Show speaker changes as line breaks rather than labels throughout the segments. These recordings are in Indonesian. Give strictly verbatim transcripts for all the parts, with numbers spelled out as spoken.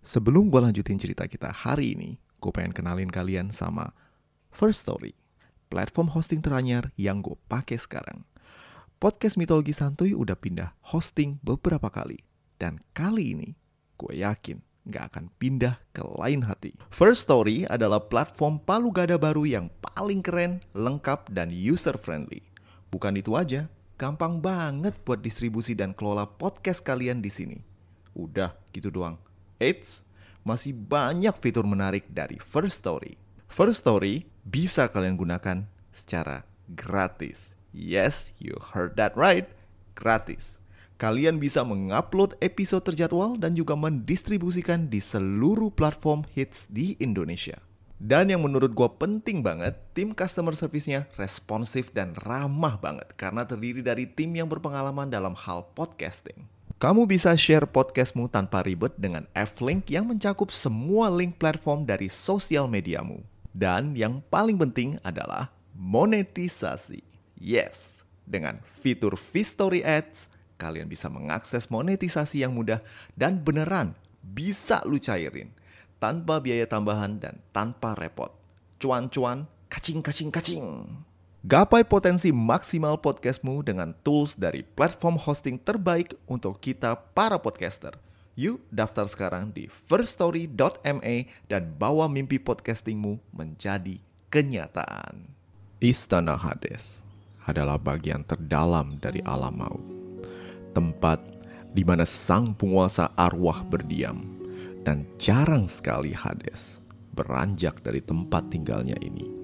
Sebelum gue lanjutin cerita kita hari ini, gue pengen kenalin kalian sama First Story, platform hosting teranyar yang gue pakai sekarang. Podcast Mitologi Santuy udah pindah hosting beberapa kali, dan kali ini gue yakin gak akan pindah ke lain hati. First Story adalah platform palu gada baru yang paling keren, lengkap, dan user-friendly. Bukan itu aja, gampang banget buat distribusi dan kelola podcast kalian di sini. Udah gitu doang. Eits, masih banyak fitur menarik dari First Story. First Story bisa kalian gunakan secara gratis. Yes, you heard that right, gratis. Kalian bisa mengupload episode terjadwal dan juga mendistribusikan di seluruh platform hits di Indonesia. Dan yang menurut gue penting banget, tim customer service-nya responsif dan ramah banget karena terdiri dari tim yang berpengalaman dalam hal podcasting. Kamu bisa share podcastmu tanpa ribet dengan F-Link yang mencakup semua link platform dari sosial mediamu. Dan yang paling penting adalah monetisasi. Yes, dengan fitur V-Story Ads, kalian bisa mengakses monetisasi yang mudah dan beneran bisa lu cairin. Tanpa biaya tambahan dan tanpa repot. Cuan-cuan, kacing-kacing-kacing. Gapai potensi maksimal podcastmu dengan tools dari platform hosting terbaik untuk kita para podcaster. Yuk daftar sekarang di first story dot m a dan bawa mimpi podcastingmu menjadi kenyataan. Istana Hades adalah bagian terdalam dari alam maut. Tempat di mana sang penguasa arwah berdiam. Dan jarang sekali Hades beranjak dari tempat tinggalnya ini.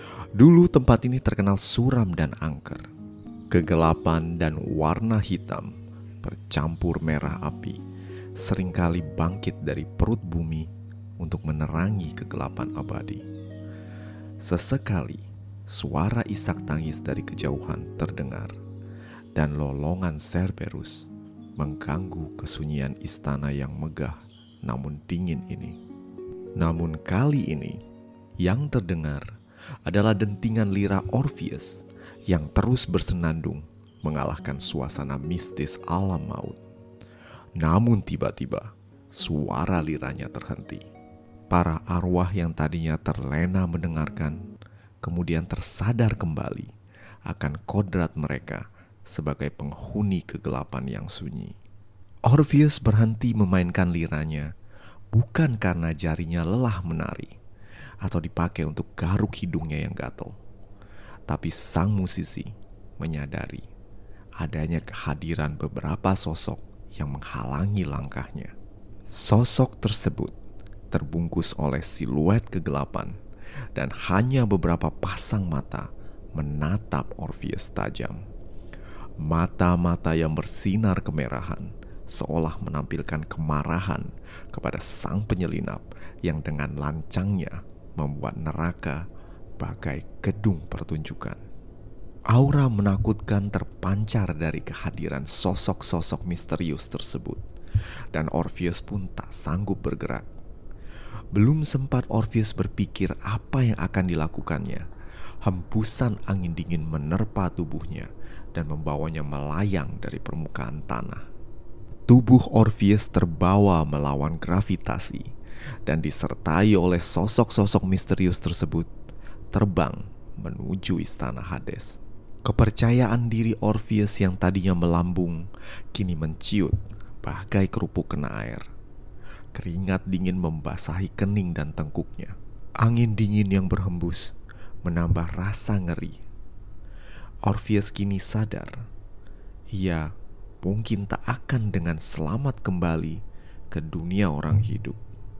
Dulu tempat ini terkenal suram dan angker. Kegelapan dan warna hitam bercampur merah api seringkali bangkit dari perut bumi untuk menerangi kegelapan abadi. Sesekali suara isak tangis dari kejauhan terdengar dan lolongan Cerberus mengganggu kesunyian istana yang megah namun dingin ini. Namun kali ini yang terdengar adalah dentingan lira Orpheus yang terus bersenandung mengalahkan suasana mistis alam maut. Namun tiba-tiba suara liranya terhenti. Para arwah yang tadinya terlena mendengarkan kemudian tersadar kembali akan kodrat mereka sebagai penghuni kegelapan yang sunyi. Orpheus berhenti memainkan liranya bukan karena jarinya lelah menari atau dipakai untuk garuk hidungnya yang gatal. Tapi sang musisi menyadari adanya kehadiran beberapa sosok yang menghalangi langkahnya. Sosok tersebut terbungkus oleh siluet kegelapan dan hanya beberapa pasang mata menatap Orpheus tajam. Mata-mata yang bersinar kemerahan seolah menampilkan kemarahan kepada sang penyelinap yang dengan lancangnya membuat neraka bagai gedung pertunjukan. Aura menakutkan terpancar dari kehadiran sosok-sosok misterius tersebut, dan Orpheus pun tak sanggup bergerak. Belum sempat Orpheus berpikir apa yang akan dilakukannya, hembusan angin dingin menerpa tubuhnya dan membawanya melayang dari permukaan tanah. Tubuh Orpheus terbawa melawan gravitasi dan disertai oleh sosok-sosok misterius tersebut terbang menuju istana Hades. Kepercayaan diri Orpheus yang tadinya melambung kini menciut bagai kerupuk kena air. Keringat dingin membasahi kening dan tengkuknya. Angin dingin yang berhembus menambah rasa ngeri. Orpheus kini sadar ia mungkin tak akan dengan selamat kembali ke dunia orang hidup.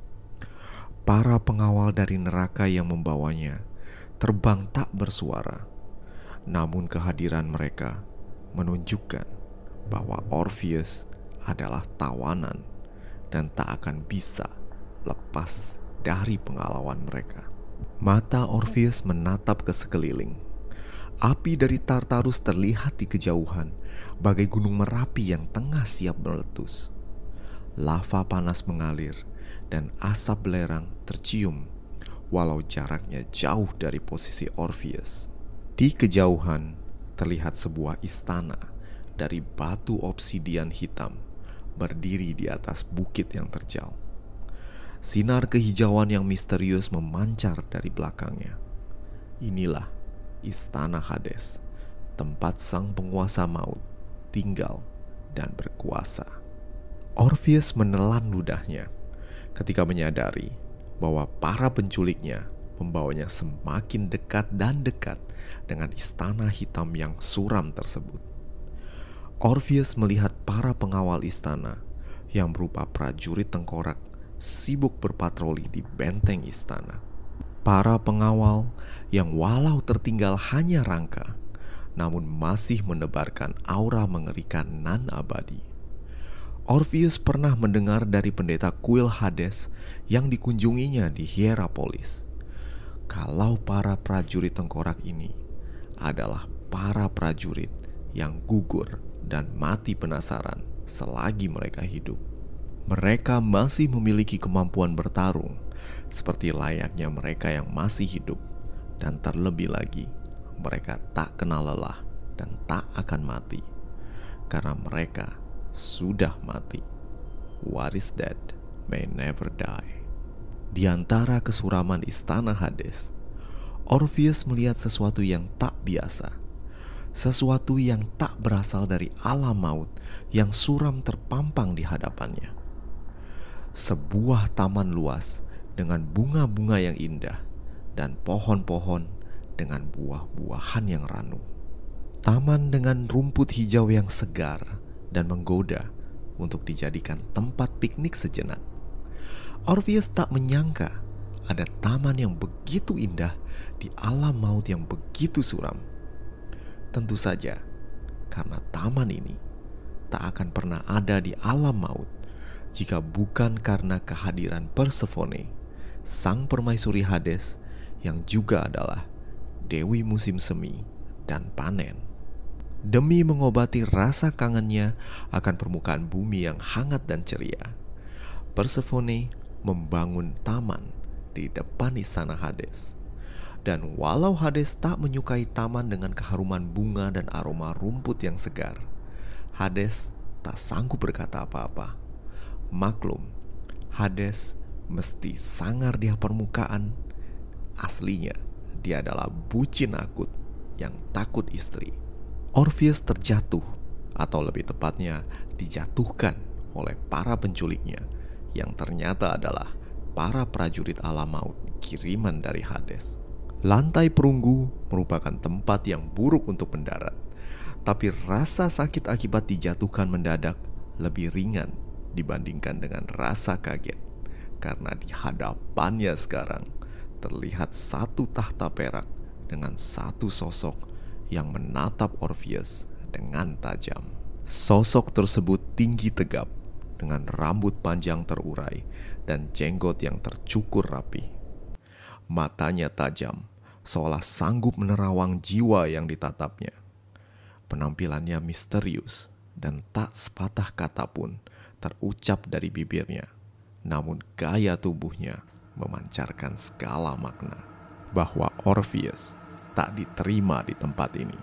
Para pengawal dari neraka yang membawanya terbang tak bersuara. Namun kehadiran mereka menunjukkan bahwa Orpheus adalah tawanan dan tak akan bisa lepas dari pengalauan mereka. Mata Orpheus menatap ke sekeliling. Api dari Tartarus terlihat di kejauhan bagai gunung Merapi yang tengah siap meletus. Lava panas mengalir dan asap belerang tercium walau jaraknya jauh dari posisi Orpheus. Di kejauhan terlihat sebuah istana dari batu obsidian hitam berdiri di atas bukit yang terjal. Sinar kehijauan yang misterius memancar dari belakangnya. Inilah istana Hades, tempat sang penguasa maut tinggal dan berkuasa. Orpheus menelan ludahnya ketika menyadari bahwa para penculiknya membawanya semakin dekat dan dekat dengan istana hitam yang suram tersebut. Orpheus melihat para pengawal istana yang berupa prajurit tengkorak sibuk berpatroli di benteng istana. Para pengawal yang walau tertinggal hanya rangka, namun masih menebarkan aura mengerikan nan abadi. Orpheus pernah mendengar dari pendeta kuil Hades yang dikunjunginya di Hierapolis, kalau para prajurit tengkorak ini adalah para prajurit yang gugur dan mati penasaran selagi mereka hidup. Mereka masih memiliki kemampuan bertarung seperti layaknya mereka yang masih hidup, dan terlebih lagi mereka tak kenal lelah dan tak akan mati karena mereka sudah mati. What is dead may never die. Di antara kesuraman istana Hades, Orpheus melihat sesuatu yang tak biasa, sesuatu yang tak berasal dari alam maut yang suram terpampang di hadapannya. Sebuah taman luas dengan bunga-bunga yang indah dan pohon-pohon dengan buah-buahan yang ranu. Taman dengan rumput hijau yang segar dan menggoda untuk dijadikan tempat piknik sejenak. Orpheus tak menyangka ada taman yang begitu indah di alam maut yang begitu suram. Tentu saja, karena taman ini tak akan pernah ada di alam maut jika bukan karena kehadiran Persephone, sang permaisuri Hades yang juga adalah dewi musim semi dan panen. Demi mengobati rasa kangennya akan permukaan bumi yang hangat dan ceria, Persephone membangun taman di depan istana Hades. Dan walau Hades tak menyukai taman dengan keharuman bunga dan aroma rumput yang segar, Hades tak sanggup berkata apa-apa. Maklum, Hades mesti sangar di permukaan. Aslinya, dia adalah bucin akut yang takut istri. Orpheus terjatuh, atau lebih tepatnya dijatuhkan oleh para penculiknya, yang ternyata adalah para prajurit alam maut kiriman dari Hades. Lantai perunggu merupakan tempat yang buruk untuk mendarat, tapi rasa sakit akibat dijatuhkan mendadak lebih ringan dibandingkan dengan rasa kaget, karena di hadapannya sekarang terlihat satu tahta perak dengan satu sosok yang menatap Orpheus dengan tajam. Sosok tersebut tinggi tegap dengan rambut panjang terurai dan jenggot yang tercukur rapi. Matanya tajam, seolah sanggup menerawang jiwa yang ditatapnya. Penampilannya misterius dan tak sepatah kata pun terucap dari bibirnya, namun gaya tubuhnya memancarkan segala makna bahwa Orpheus tak diterima di tempat ini.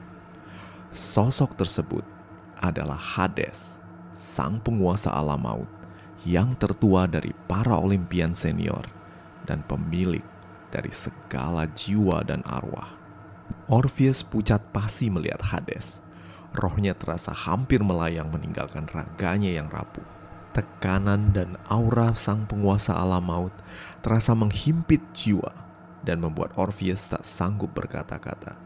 Sosok tersebut adalah Hades, sang penguasa alam maut yang tertua dari para Olimpian senior dan pemilik dari segala jiwa dan arwah. Orpheus pucat pasi melihat Hades. Rohnya terasa hampir melayang meninggalkan raganya yang rapuh. Tekanan dan aura sang penguasa alam maut terasa menghimpit jiwa dan membuat Orpheus tak sanggup berkata-kata.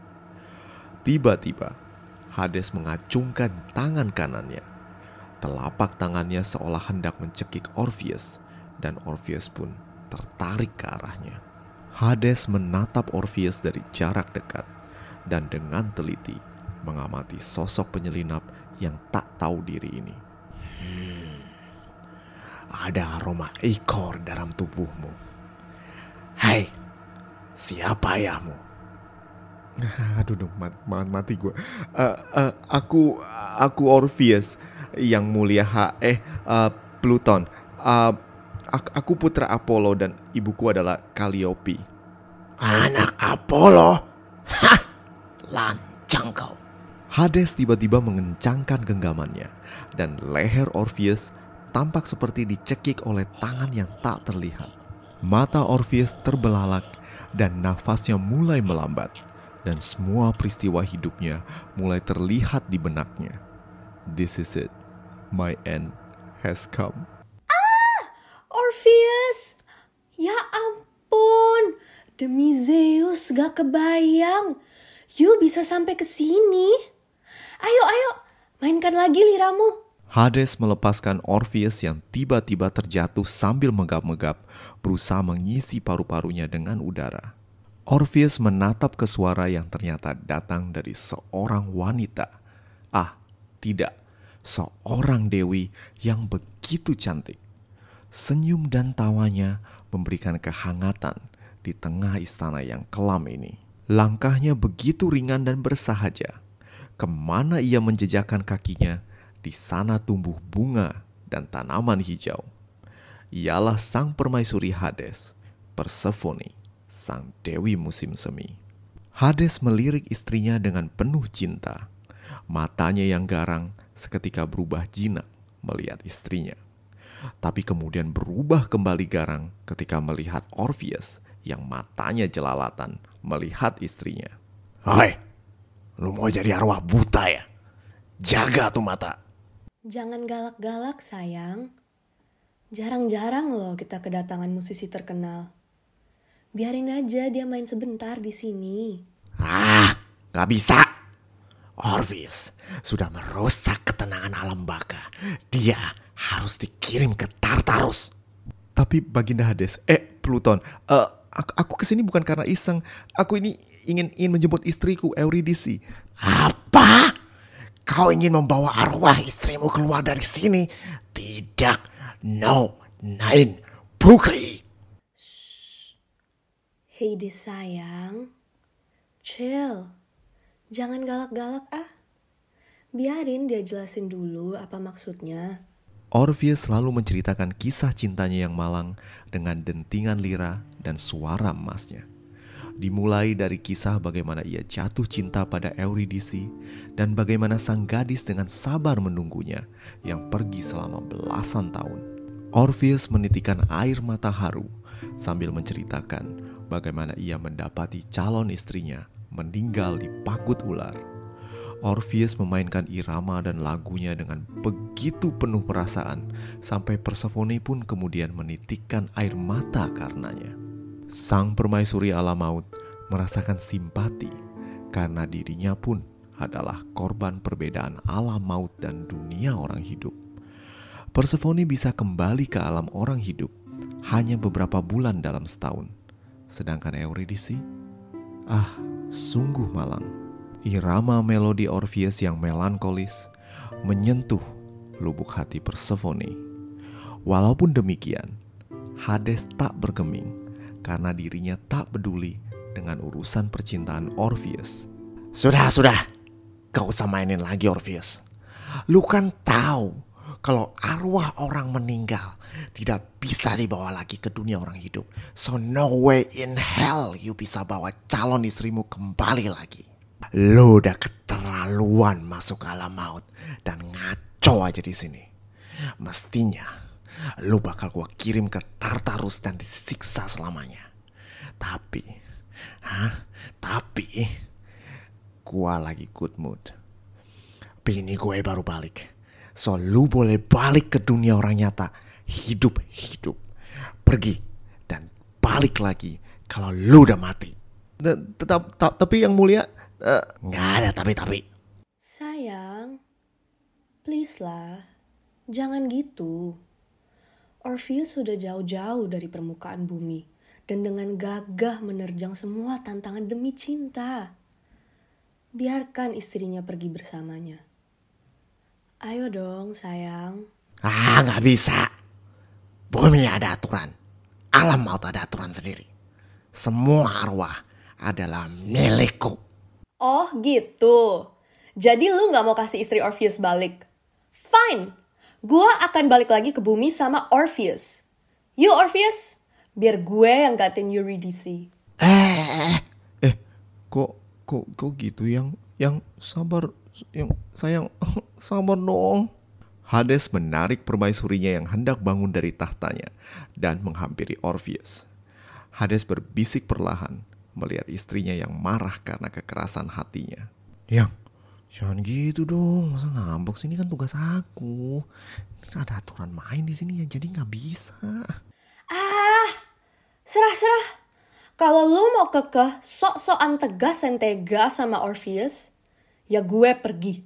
Tiba-tiba, Hades mengacungkan tangan kanannya. Telapak tangannya seolah hendak mencekik Orpheus, dan Orpheus pun tertarik ke arahnya. Hades menatap Orpheus dari jarak dekat dan dengan teliti mengamati sosok penyelinap yang tak tahu diri ini. Hmm, ada aroma ikor dalam tubuhmu. Hai, siapa ayahmu? Aduh dong, mat, mati gue. Uh, uh, aku, aku Orpheus yang mulia ha, eh uh, Pluton. Uh, Aku putra Apollo dan ibuku adalah Calliope. Anak Apollo? Hah, lancang kau. Hades tiba-tiba mengencangkan genggamannya, dan leher Orpheus tampak seperti dicekik oleh tangan yang tak terlihat. Mata Orpheus terbelalak dan nafasnya mulai melambat. Dan semua peristiwa hidupnya mulai terlihat di benaknya. This is it. My end has come.
Orpheus! Ya ampun! Demi Zeus, gak kebayang. You bisa sampai ke sini. Ayo, ayo, mainkan lagi liramu.
Hades melepaskan Orpheus yang tiba-tiba terjatuh sambil megap-megap, berusaha mengisi paru-parunya dengan udara. Orpheus menatap ke suara yang ternyata datang dari seorang wanita. Ah, tidak, seorang dewi yang begitu cantik. Senyum dan tawanya memberikan kehangatan di tengah istana yang kelam ini. Langkahnya begitu ringan dan bersahaja. Kemana ia menjejakkan kakinya, di sana tumbuh bunga dan tanaman hijau. Ialah sang permaisuri Hades, Persephone, sang dewi musim semi. Hades melirik istrinya dengan penuh cinta. Matanya yang garang seketika berubah jinak melihat istrinya. Tapi kemudian berubah kembali garang ketika melihat Orpheus yang matanya jelalatan melihat istrinya.
Hoi, lu mau jadi arwah buta ya? Jaga tuh mata.
Jangan galak-galak sayang. Jarang-jarang loh kita kedatangan musisi terkenal. Biarin aja dia main sebentar di sini.
Ah, gak bisa. Orpheus sudah merusak ketenangan alam baka. Dia harus dikirim ke Tartarus.
Tapi Baginda Hades, eh Pluton, uh, aku, aku kesini bukan karena iseng. Aku ini ingin ingin menjemput istriku Eurydice.
Apa? Kau ingin membawa arwah istrimu keluar dari sini? Tidak. No. Nein. Bukai.
Hades sayang. Chill. Jangan galak-galak ah. Biarin dia jelasin dulu apa maksudnya.
Orpheus selalu menceritakan kisah cintanya yang malang dengan dentingan lira dan suara emasnya. Dimulai dari kisah bagaimana ia jatuh cinta pada Eurydice dan bagaimana sang gadis dengan sabar menunggunya yang pergi selama belasan tahun. Orpheus menitikan air mata haru sambil menceritakan bagaimana ia mendapati calon istrinya meninggal di pagut ular. Orpheus memainkan irama dan lagunya dengan begitu penuh perasaan sampai Persephone pun kemudian menitikkan air mata karenanya. Sang permaisuri alam maut merasakan simpati karena dirinya pun adalah korban perbedaan alam maut dan dunia orang hidup. Persephone bisa kembali ke alam orang hidup hanya beberapa bulan dalam setahun. Sedangkan Eurydice, ah, sungguh malang. Irama melodi Orpheus yang melankolis menyentuh lubuk hati Persephone. Walaupun demikian, Hades tak bergeming karena dirinya tak peduli dengan urusan percintaan Orpheus.
Sudah, sudah. Gak usah mainin lagi Orpheus. Lu kan tahu kalau arwah orang meninggal tidak bisa dibawa lagi ke dunia orang hidup. So no way in hell you bisa bawa calon istrimu kembali lagi. Lu udah keterlaluan masuk alam maut dan ngaco aja di sini. Mestinya lu bakal gua kirim ke Tartarus dan disiksa selamanya. Tapi, hah? Tapi, gua lagi good mood. Bini gue baru balik. So lu boleh balik ke dunia orang nyata. Hidup-hidup. Pergi dan balik lagi kalau lu udah mati.
Tetap, tapi yang mulia, uh...
nggak ada tapi-tapi.
Sayang, please lah, jangan gitu. Orpheus sudah jauh-jauh dari permukaan bumi dan dengan gagah menerjang semua tantangan demi cinta. Biarkan istrinya pergi bersamanya. Ayo dong sayang.
Ah, gak bisa. Bumi ada aturan. Alam maut ada aturan sendiri. Semua arwah adalah milikku.
Oh gitu. Jadi lu gak mau kasih istri Orpheus balik? Fine. Gua akan balik lagi ke bumi sama Orpheus. You Orpheus, biar gue yang gantiin Eurydice.
Eh,
eh, kok, kok, kok gitu yang, yang sabar, yang sayang, sabar dong. Hades menarik permaisurinya yang hendak bangun dari tahtanya dan menghampiri Orpheus. Hades berbisik perlahan melihat istrinya yang marah karena kekerasan hatinya.
Yang, jangan gitu dong, masa ngambek sih, ini kan tugas aku. Ada aturan main di sini ya, jadi nggak bisa.
Ah, serah-serah. Kalau lu mau kekeh sok-sokan tegas dan tega sama Orpheus, ya gue pergi.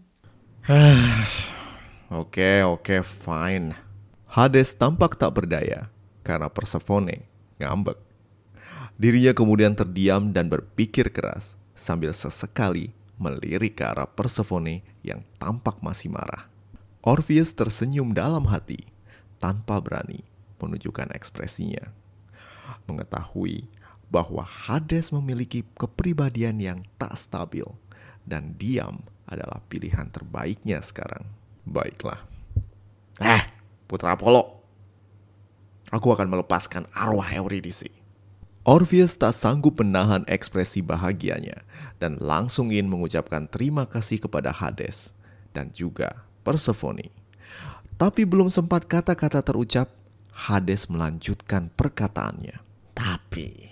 Oke, oke, fine. Hades tampak tak berdaya karena Persephone ngambek. Dirinya kemudian terdiam dan berpikir keras sambil sesekali melirik ke arah Persephone yang tampak masih marah. Orpheus tersenyum dalam hati tanpa berani menunjukkan ekspresinya. Mengetahui bahwa Hades memiliki kepribadian yang tak stabil dan diam adalah pilihan terbaiknya sekarang. Baiklah.
Eh, Putra Apollo. Aku akan melepaskan arwah Eurydice.
Orpheus tak sanggup menahan ekspresi bahagianya dan langsung ingin mengucapkan terima kasih kepada Hades dan juga Persephone. Tapi belum sempat kata-kata terucap, Hades melanjutkan perkataannya.
Tapi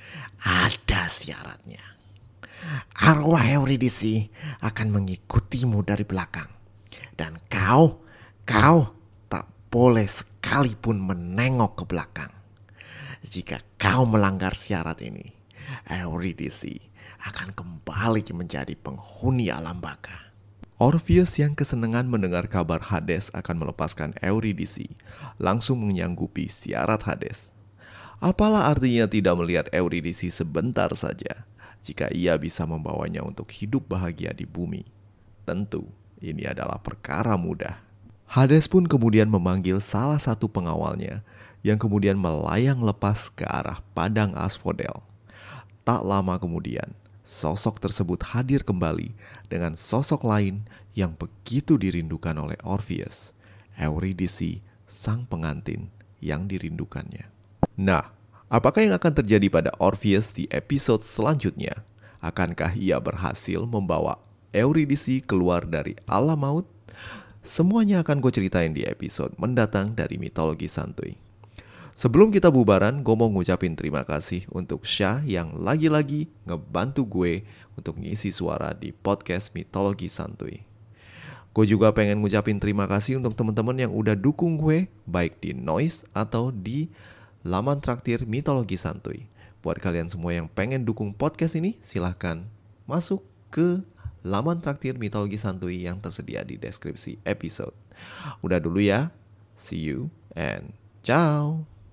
ada syaratnya. Arwah Eurydice akan mengikutimu dari belakang. Dan kau, kau tak boleh sekalipun menengok ke belakang. Jika kau melanggar syarat ini, Eurydice akan kembali menjadi penghuni alam baka.
Orpheus yang kesenangan mendengar kabar Hades akan melepaskan Eurydice langsung menyanggupi syarat Hades. Apalah artinya tidak melihat Eurydice sebentar saja jika ia bisa membawanya untuk hidup bahagia di bumi? Tentu ini adalah perkara mudah. Hades pun kemudian memanggil salah satu pengawalnya yang kemudian melayang lepas ke arah padang asphodel. Tak lama kemudian, sosok tersebut hadir kembali dengan sosok lain yang begitu dirindukan oleh Orpheus, Eurydice, sang pengantin yang dirindukannya. Nah, apakah yang akan terjadi pada Orpheus di episode selanjutnya? Akankah ia berhasil membawa Eurydice keluar dari alam maut? Semuanya akan gue ceritain di episode mendatang dari Mitologi Santuy. Sebelum kita bubaran, gue mau ngucapin terima kasih untuk Syah yang lagi-lagi ngebantu gue untuk ngisi suara di podcast Mitologi Santuy. Gue juga pengen ngucapin terima kasih untuk teman-teman yang udah dukung gue, baik di Noise atau di laman traktir Mitologi Santuy. Buat kalian semua yang pengen dukung podcast ini, silahkan masuk ke laman traktir Mitologi Santuy yang tersedia di deskripsi episode. Udah dulu ya, see you and ciao.